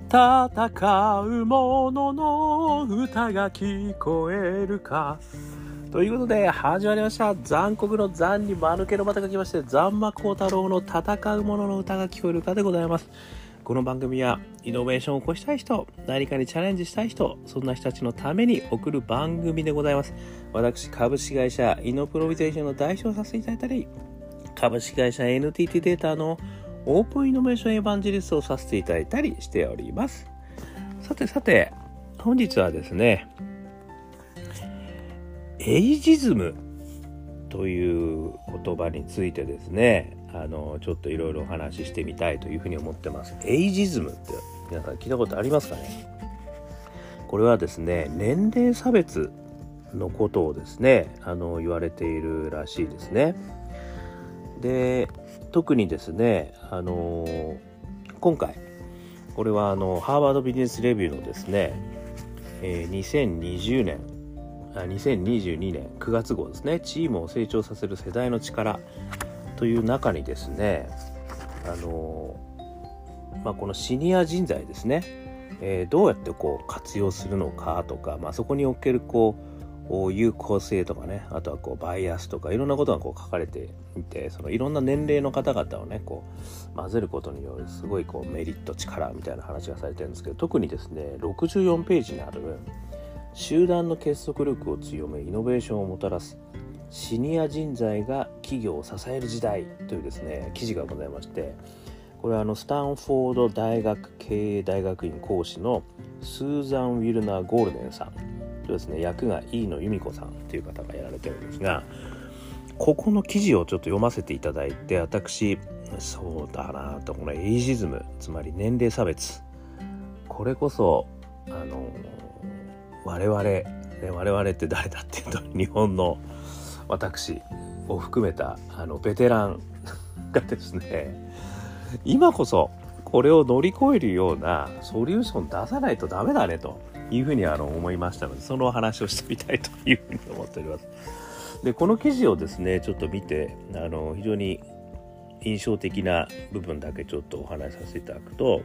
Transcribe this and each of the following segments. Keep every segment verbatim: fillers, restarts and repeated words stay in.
戦う者の歌が聞こえるか。ということで始まりました。残酷の残に間抜けのまたがきまして、残魔高太郎の戦う者の歌が聞こえるかでございます。この番組はイノベーションを起こしたい人、何かにチャレンジしたい人、そんな人たちのために送る番組でございます。私、株式会社イノプロビゼーションの代表をさせていただいたり、株式会社 エヌティーティー データのオープンイノベーションエヴァンジェリストをさせていただいたりしております。さてさて、本日はですね、エイジズムという言葉についてですね、あのちょっといろいろお話ししてみたいというふうに思ってます。エイジズムって皆さん聞いたことありますかね。これはですね、年齢差別のことをですね、あの言われているらしいですね。で、特にですね、あの今回これはあのハーバードビジネスレビューのですね、えー、にせんにじゅうねんあにせんにじゅうにねんくがつ号ですね、チームを成長させる世代の力という中にですね、あのまあ、このシニア人材ですね、えー、どうやってこう活用するのかとか、まあ、そこにおけるこう有効性とかね、あとはこうバイアスとかいろんなことがこう書かれていて、そのいろんな年齢の方々をねこう混ぜることによるすごいこうメリット、力みたいな話がされてるんですけど、特にですねろくじゅうよんページにある集団の結束力を強めイノベーションをもたらすシニア人材が企業を支える時代というですね記事がございまして、これはあのスタンフォード大学経営大学院講師のスーザン・ウィルナー・ゴールデンさんとですね、役が飯野由美子さんという方がやられてるんですが、ここの記事をちょっと読ませていただいて、私そうだなと、このエイジズム、つまり年齢差別、これこそあの我々、ね、我々って誰だっていうと、日本の私を含めたあのベテランがですね、今こそこれを乗り越えるようなソリューション出さないとダメだねというふうにあの思いましたので、そのお話をしてみたいというふうに思っております。で、この記事をですねちょっと見て、あの非常に印象的な部分だけちょっとお話しさせていただくと、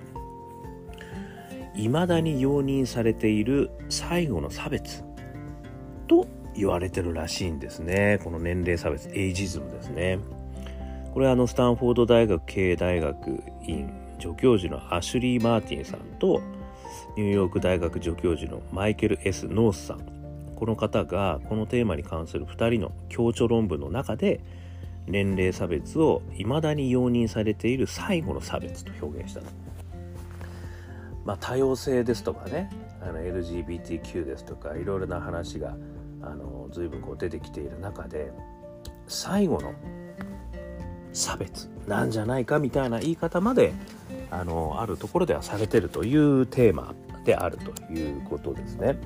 未だに容認されている最後の差別と言われてるらしいんですね。この年齢差別、エイジズムですね。これはあのスタンフォード大学経営大学院助教授のアシュリー・マーティンさんとニューヨーク大学助教授のマイケル S ノースさん、この方がこのテーマに関するふたりの共著論文の中で、年齢差別を未だに容認されている最後の差別と表現したと。まあ、多様性ですとかね、あの エルジービーティーキュー ですとかいろいろな話があの随分こう出てきている中で、最後の差別なんじゃないかみたいな言い方まであのあるところではされているというテーマであるということですね。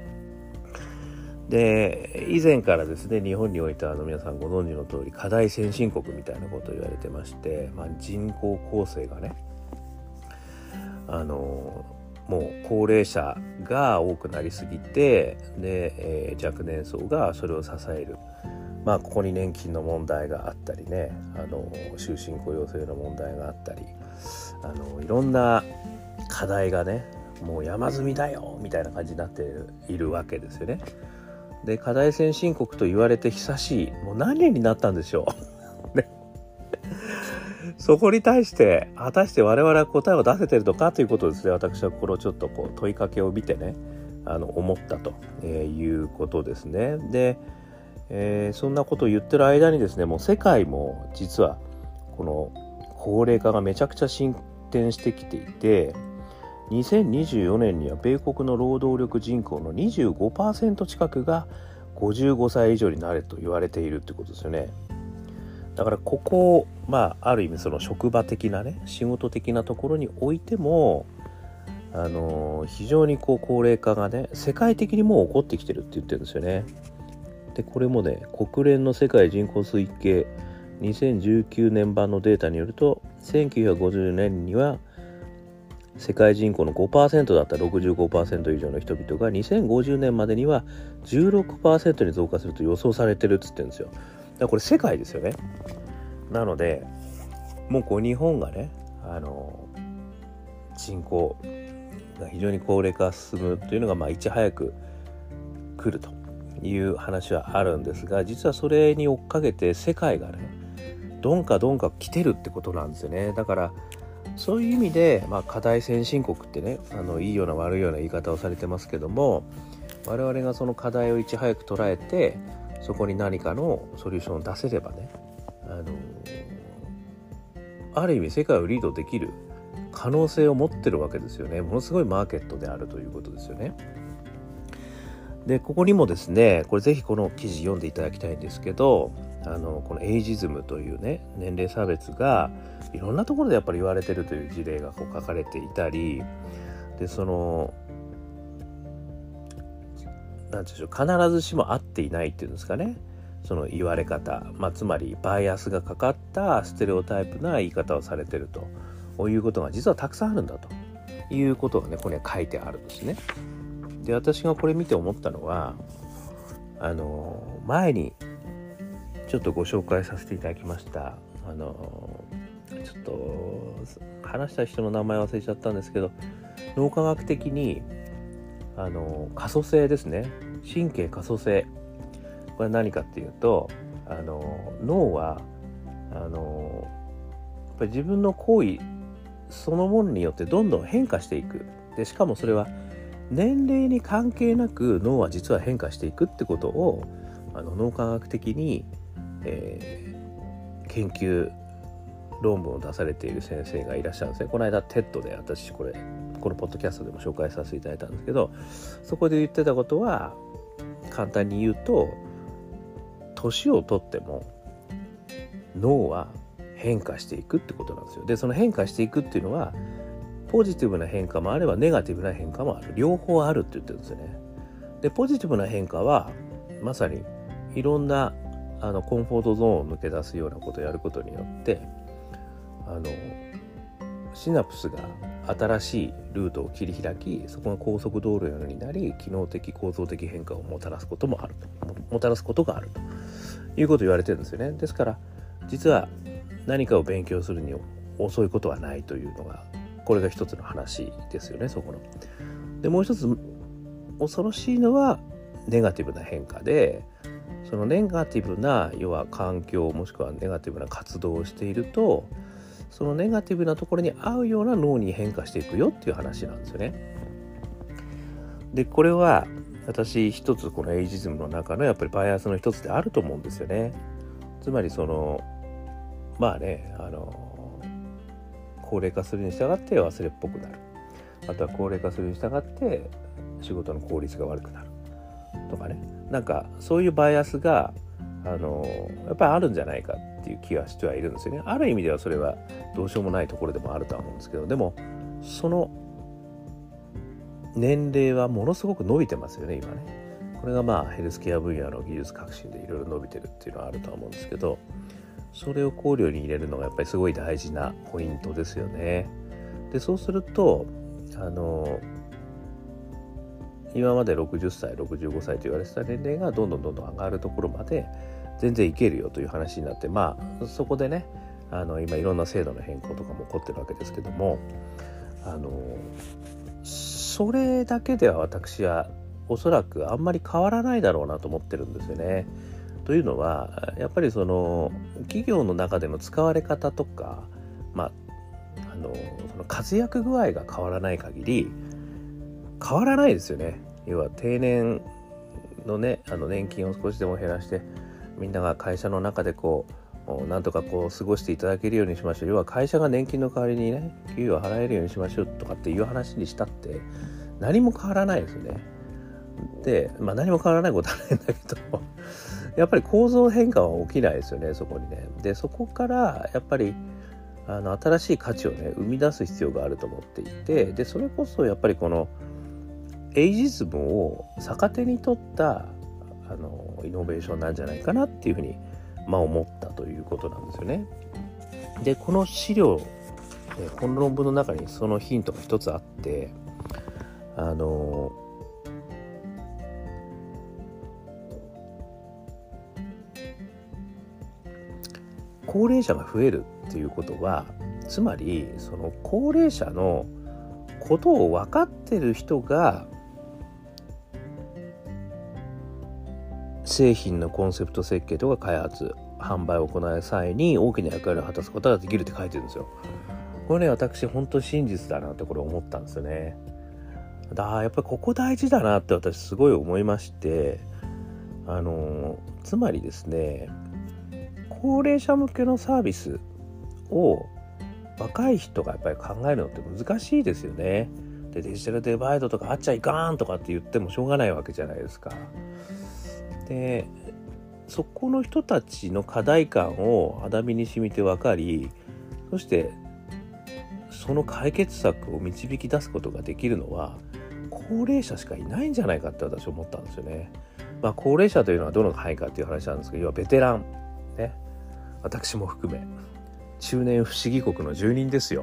で、以前からですね、日本においてはあの皆さんご存知の通り課題先進国みたいなことを言われてまして、まあ、人口構成がね、あのもう高齢者が多くなりすぎて、で、えー、若年層がそれを支える、まあここに年金の問題があったりね、あの終身雇用制の問題があったり、あのいろんな課題がね、もう山積みだよみたいな感じになっているわけですよね。で、課題先進国と言われて久しい、もう何年になったんでしょう、ね、そこに対して果たして我々は答えを出せてるのかということですね。私はこれをちょっとこう問いかけを見てね、あの思ったということですね。で、えー、そんなことを言ってる間にですね、もう世界も実はこの高齢化がめちゃくちゃ進展してきていて、にせんにじゅうよねんには米国の労働力人口の にじゅうごパーセント 近くがごじゅうごさい以上になると言われているってことですよね。だからここ、まあある意味その職場的なね、仕事的なところにおいても、あの非常にこう高齢化がね、世界的にもう起こってきてるって言ってるんですよね。で、これもね、国連の世界人口推計にせんじゅうきゅうねん版のデータによると、せんきゅうひゃくごじゅうねんには世界人口の ごパーセント だったろくじゅうごパーセント 以上の人々がにせんごじゅうねんまでには じゅうろくパーセント に増加すると予想されてるっつってるんですよ。だからこれ世界ですよね。なのでもうこう日本がね、あの人口が非常に高齢化が進むというのが、まあいち早く来るという話はあるんですが、実はそれに追っかけて世界がねどんかどんか来てるってことなんですよね。だからそういう意味で、まあ、課題先進国ってね、あのいいような悪いような言い方をされてますけども、我々がその課題をいち早く捉えてそこに何かのソリューションを出せればね、あのある意味世界をリードできる可能性を持ってるわけですよね。ものすごいマーケットであるということですよね。でここにもですね、これぜひこの記事読んでいただきたいんですけど、あのこのエイジズムというね年齢差別がいろんなところでやっぱり言われてるという事例がこう書かれていたりで、そのなんていうんでしょう、必ずしも合っていないっていうんですかね、その言われ方、まあ、つまりバイアスがかかったステレオタイプな言い方をされてるということが実はたくさんあるんだということがねここには書いてあるんですね。で私がこれ見て思ったのは、あの前にちょっとご紹介させていただきましたあのちょっと話した人の名前忘れちゃったんですけど、脳科学的にあの可塑性ですね、神経可塑性、これは何かっていうと、あの脳はあのやっぱり自分の行為そのものによってどんどん変化していく。でしかもそれは年齢に関係なく脳は実は変化していくってことをあの脳科学的に、えー、研究論文を出されている先生がいらっしゃるんですね。この間 テッド で私これこのポッドキャストでも紹介させていただいたんですけど、そこで言ってたことは簡単に言うと、年をとっても脳は変化していくってことなんですよ。でその変化していくっていうのはポジティブな変化もあればネガティブな変化もある、両方あるって言ってるんですよね。でポジティブな変化はまさにいろんなあのコンフォートゾーンを抜け出すようなことをやることによってあのシナプスが新しいルートを切り開き、そこが高速道路のようになり機能的構造的変化をもたらすこともあるとも、もたらすことがあるということを言われてるんですよね。ですから実は何かを勉強するに遅いことはないというのがこれが一つの話ですよね。そこのでもう一つ恐ろしいのはネガティブな変化で、そのネガティブな要は環境もしくはネガティブな活動をしていると、そのネガティブなところに合うような脳に変化していくよっていう話なんですよね。でこれは私一つこのエイジズムの中のやっぱりバイアスの一つであると思うんですよね。つまりそのまあねあの高齢化するに従って忘れっぽくなる、あとは高齢化するに従って仕事の効率が悪くなるとかね、なんかそういうバイアスがあのやっぱりあるんじゃないかっていう気がしてはいるんですよね。ある意味ではそれはどうしようもないところでもあるとは思うんですけど、でもその年齢はものすごく伸びてますよね今ね。これがまあヘルスケア分野の技術革新でいろいろ伸びてるっていうのはあるとは思うんですけど、それを考慮に入れるのがやっぱりすごい大事なポイントですよね。でそうするとあの今までろくじゅっさいろくじゅうごさいと言われてた年齢がどんどんどんどん上がるところまで全然いけるよという話になって、まあそこでねあの今いろんな制度の変更とかも起こってるわけですけども、あのそれだけでは私はおそらくあんまり変わらないだろうなと思ってるんですよね。というのはやっぱりその企業の中での使われ方とか、まあ、あのその活躍具合が変わらない限り変わらないですよね。要は定年のねあの年金を少しでも減らしてみんなが会社の中でこうなんとかこう過ごしていただけるようにしましょう、要は会社が年金の代わりにね給与を払えるようにしましょうとかっていう話にしたって何も変わらないですよね。で、まあ、何も変わらないことはないんだけどやっぱり構造変化は起きないですよねそこにね。でそこからやっぱりあの新しい価値をね生み出す必要があると思っていて、でそれこそやっぱりこのエイジズムを逆手に取ったあのイノベーションなんじゃないかなっていうふうに、まあ、思ったということなんですよね。でこの資料この論文の中にそのヒントが一つあって、あの高齢者が増えるっていうことはつまりその高齢者のことを分かってる人が製品のコンセプト設計とか開発販売を行う際に大きな役割を果たすことができるって書いてるんですよ。これね、私本当に真実だなってこれ思ったんですよね。だやっぱりここ大事だなって私すごい思いまして、あのつまりですね、高齢者向けのサービスを若い人がやっぱり考えるのって難しいですよね。でデジタルデバイドとかあっちゃいかんとかって言ってもしょうがないわけじゃないですか。でそこの人たちの課題感を肌身に染みて分かり、そしてその解決策を導き出すことができるのは高齢者しかいないんじゃないかって私は思ったんですよね。まあ高齢者というのはどの範囲かっていう話なんですけど、要はベテランね、私も含め中年不思議国の住人ですよ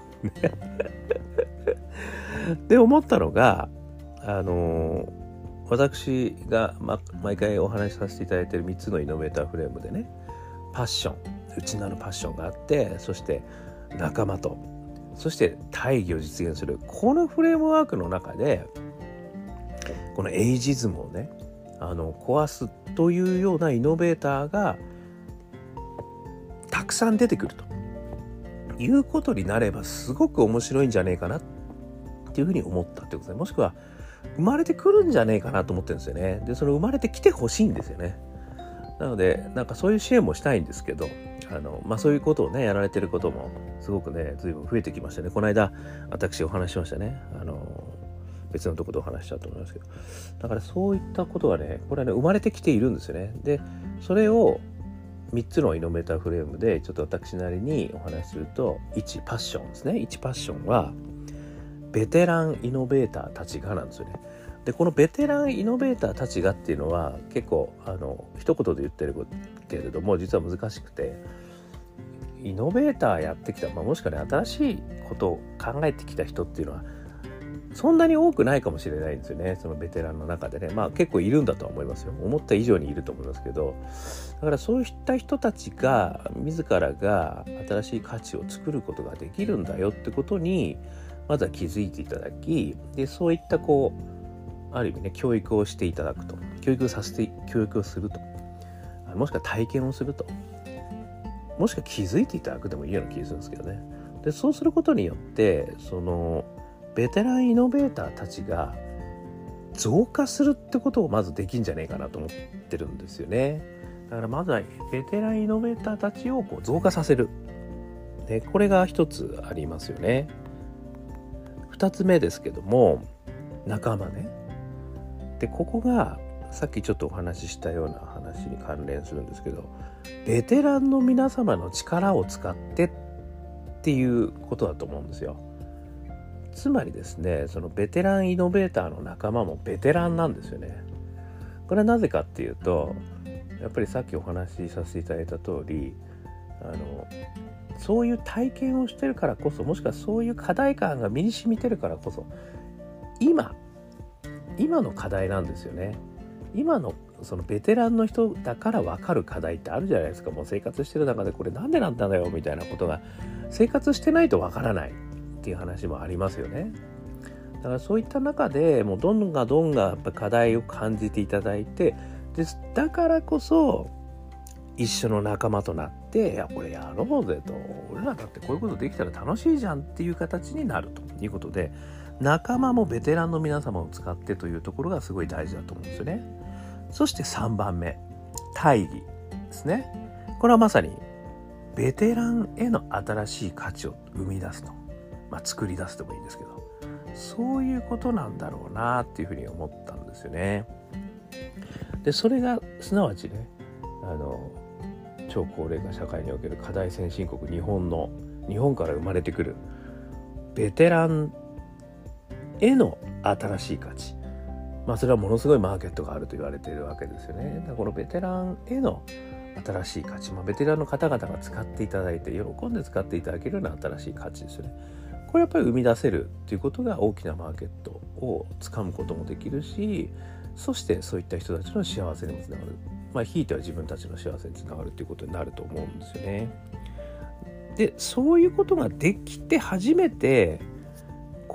で思ったのが、あのー、私が、ま、毎回お話しさせていただいているみっつのイノベーターフレームでね、パッション、内なるパッションがあって、そして仲間と、そして大義を実現する、このフレームワークの中でこのエイジズムをね、あの壊すというようなイノベーターがたくさん出てくるということになればすごく面白いんじゃねえかなっていうふうに思ったってことで、もしくは生まれてくるんじゃねえかなと思ってるんですよね。でその生まれてきてほしいんですよね。なのでなんかそういう支援もしたいんですけど、あの、まあ、そういうことをねやられてることもすごくね随分増えてきましたね。この間私お話ししましたね。あの別のところでお話ししたと思いますけど、だからそういったことはね、これはね生まれてきているんですよね。でそれをみっつのイノベーターフレームでちょっと私なりにお話しすると、いちパッションですね。いちパッションはベテランイノベーターたちがなんですよね。でこのベテランイノベーターたちがっていうのは結構あの一言で言ってるけれども実は難しくて、イノベーターやってきた、まあ、もしくはね新しいことを考えてきた人っていうのはそんなに多くないかもしれないんですよね。そのベテランの中でね、まあ結構いるんだとは思いますよ。思った以上にいると思いますけど、だからそういった人たちが自らが新しい価値を作ることができるんだよってことにまずは気づいていただき、でそういったこうある意味ね教育をしていただくと、教育させて教育をすると、もしくは体験をすると、もしくは気づいていただくでもいいような気がするんですけどね。でそうすることによってそのベテランイノベーターたちが増加するってことをまずできんじゃねえかなと思ってるんですよね。だからまずはベテランイノベーターたちをこう増加させる、でこれが一つありますよね。二つ目ですけども、仲間ね。でここがさっきちょっとお話ししたような話に関連するんですけど、ベテランの皆様の力を使ってっていうことだと思うんですよ。つまりですね、そのベテランイノベーターの仲間もベテランなんですよね。これはなぜかっていうと、やっぱりさっきお話しさせていただいた通り、あのそういう体験をしてるからこそ、もしくはそういう課題感が身に染みてるからこそ、今今の課題なんですよね。今のそのベテランの人だから分かる課題ってあるじゃないですか。もう生活してる中でこれなんでなんだよみたいなことが生活してないと分からないっていう話もありますよね。だからそういった中でもうどんがどんがやっぱ課題を感じていただいて、でだからこそ一緒の仲間となって、いやこれやろうぜと、俺らだってこういうことできたら楽しいじゃんっていう形になるということで、仲間もベテランの皆様を使ってというところがすごい大事だと思うんですよね。そしてさんばんめ、大義ですね。これはまさにベテランへの新しい価値を生み出すと、まあ、作り出すでもいいんですけど、そういうことなんだろうなっていうふうに思ったんですよね。でそれがすなわちね、あの超高齢化社会における課題先進国日本の日本から生まれてくるベテランへの新しい価値、まあそれはものすごいマーケットがあると言われているわけですよね。だからこのベテランへの新しい価値、まあ、ベテランの方々が使っていただいて喜んで使っていただけるような新しい価値ですよね。これやっぱり生み出せるということが大きなマーケットをつかむこともできるし、そしてそういった人たちの幸せにもつながる、まあひいては自分たちの幸せにつながるということになると思うんですよね。でそういうことができて初めて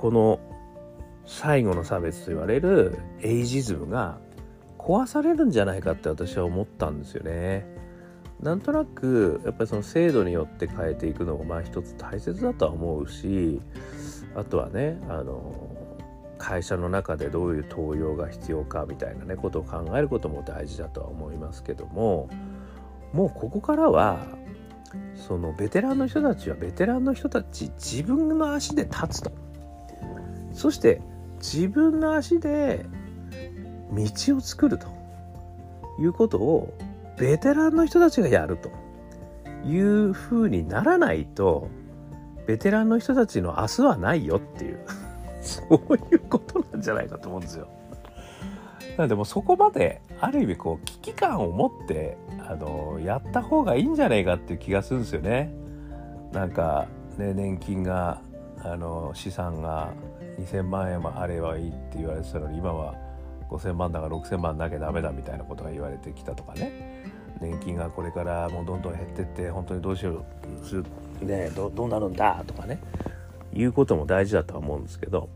この最後の差別と言われるエイジズムが壊されるんじゃないかって私は思ったんですよね。なんとなくやっぱりその制度によって変えていくのがまあ一つ大切だとは思うし、あとはねあの会社の中でどういう登用が必要かみたいなねことを考えることも大事だとは思いますけども、もうここからはそのベテランの人たちはベテランの人たち自分の足で立つと、そして自分の足で道を作るということをベテランの人たちがやるという風にならないと、ベテランの人たちの明日はないよっていうそういうことなんじゃないかと思うんですよ。なのでもうそこまである意味こう危機感を持ってあのやった方がいいんじゃないかっていう気がするんですよね。なんかね、年金があの資産がにせんまんえんもあればいいって言われてたのに、今はごせんまんだかろくせんまんなきゃダメだみたいなことが言われてきたとかね、年金がこれからもうどんどん減ってって本当にどうしようする、ね、ど, どうなるんだとかねいうことも大事だとは思うんですけど、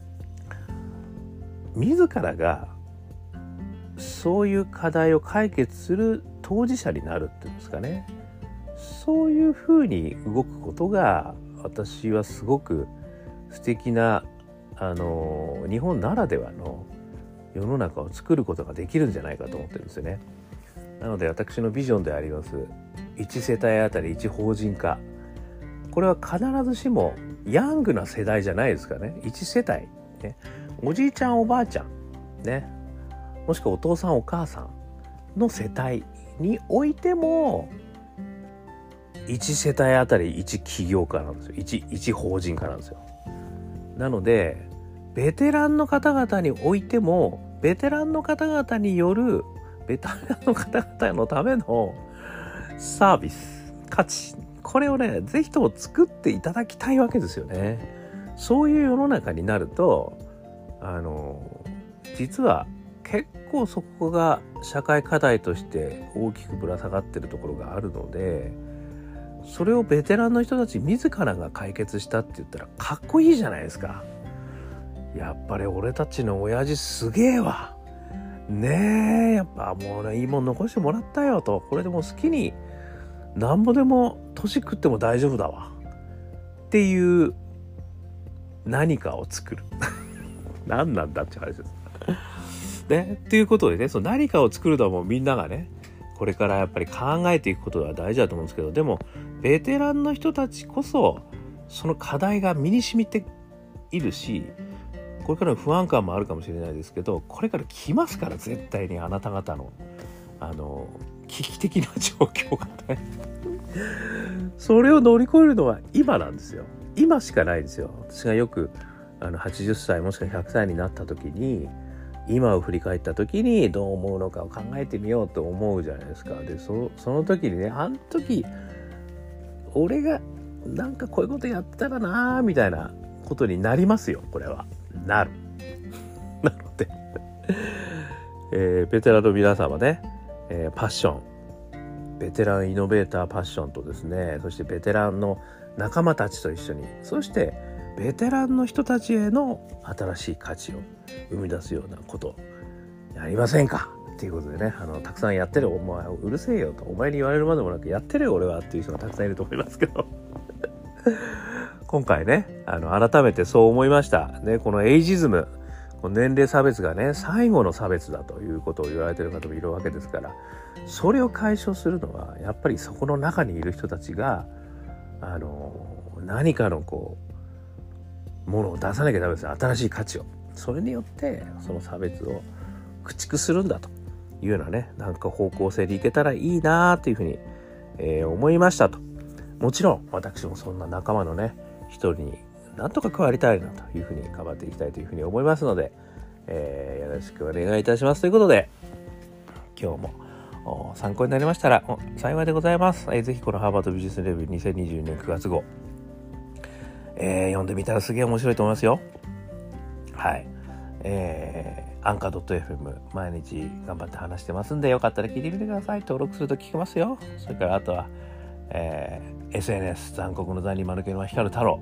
自らがそういう課題を解決する当事者になるっていうんですかね、そういうふうに動くことが私はすごく素敵なあの日本ならではの世の中を作ることができるんじゃないかと思ってるんですよね。なので私のビジョンでありますいち世帯あたりいち法人化、これは必ずしもヤングな世代じゃないですかね。いち世帯、ね、おじいちゃんおばあちゃんね、もしくはお父さんお母さんの世帯においてもいち世帯あたりいち起業家なんですよ。いち、いち法人化なんですよ。なのでベテランの方々においてもベテランの方々によるベテランの方々のためのサービス価値、これをねぜひとも作っていただきたいわけですよね。そういう世の中になるとあの実は結構そこが社会課題として大きくぶら下がってるところがあるので、それをベテランの人たち自らが解決したって言ったらかっこいいじゃないですか。やっぱり俺たちの親父すげえわねえ、やっぱもうねいいもん残してもらったよと、これでも好きになんぼでも年食っても大丈夫だわっていう何かを作る何なんだって話ですね。っていうことでね、その何かを作るのはもうみんながねこれからやっぱり考えていくことが大事だと思うんですけど、でもベテランの人たちこそその課題が身に染みているし、これからの不安感もあるかもしれないですけど、これから来ますから絶対にあなた方のあの危機的な状況がねそれを乗り越えるのは今なんですよ。今しかないですよ。私がよくあのはちじゅっさいもしくはひゃくさいになった時に、今を振り返った時にどう思うのかを考えてみようと思うじゃないですか。で そ, その時にね、あの時俺がなんかこういうことやったらなみたいなことになりますよ。これはなるなので、えー、ベテランの皆様ね、えー、パッション、ベテランイノベーターパッションとですね、そしてベテランの仲間たちと一緒に、そしてベテランの人たちへの新しい価値を生み出すようなことやりませんかっていうことでね、あのたくさんやってる、お前うるせえよと、お前に言われるまでもなくやってるよ俺はっていう人がたくさんいると思いますけど今回ねあの改めてそう思いましたね。このエイジズム、この年齢差別がね最後の差別だということを言われている方もいるわけですから、それを解消するのはやっぱりそこの中にいる人たちがあの何かのこうものを出さなきゃダメです。新しい価値を、それによってその差別を駆逐するんだというようなね、なんか方向性でいけたらいいなというふうに、えー、思いましたと。もちろん私もそんな仲間のね一人になんとか加わりたいなというふうに頑張っていきたいというふうに思いますので、えー、よろしくお願いいたしますということで、今日も参考になりましたら幸いでございます。えー、ぜひこのハーバードビジネスレビューにせんにじゅうねんくがつ号、えー、読んでみたらすげえ面白いと思いますよ。はい、えー、アンカー .fm 毎日頑張って話してますんで、よかったら聞いてみてください。登録すると聞けますよ。それからあとは、えー、エスエヌエス 残酷の残に間抜けの光る太郎、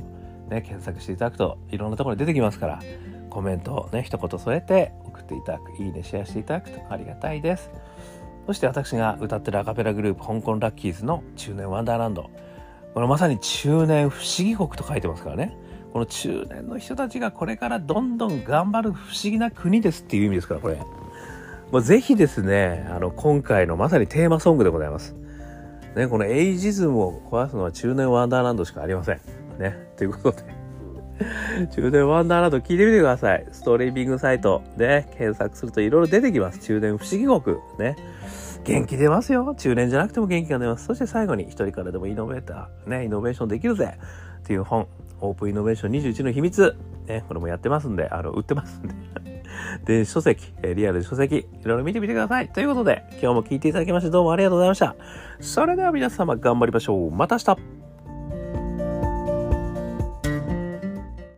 ね、検索していただくといろんなところに出てきますから、コメントをね一言添えて送っていただく、いいねシェアしていただくとありがたいです。そして私が歌ってるアカペラグループ香港ラッキーズの中年ワンダーランド、これまさに中年不思議国と書いてますからね、この中年の人たちがこれからどんどん頑張る不思議な国ですっていう意味ですから、これもうぜひですね、あの今回のまさにテーマソングでございますね。このエイジズムを壊すのは中年ワンダーランドしかありませんね。ということで中年ワンダーランド聞いてみてください。ストリーミングサイトで検索するといろいろ出てきます。中年不思議国ね、元気出ますよ。中年じゃなくても元気が出ます。そして最後に一人からでもイノベーターね、イノベーションできるぜっていう本、オープンイノベーションにじゅういちの秘密ね、これもやってますんで、あの売ってますんで電子書籍、リアル書籍いろいろ見てみてください。ということで今日も聞いていただきましてどうもありがとうございました。それでは皆様頑張りましょう。また明日。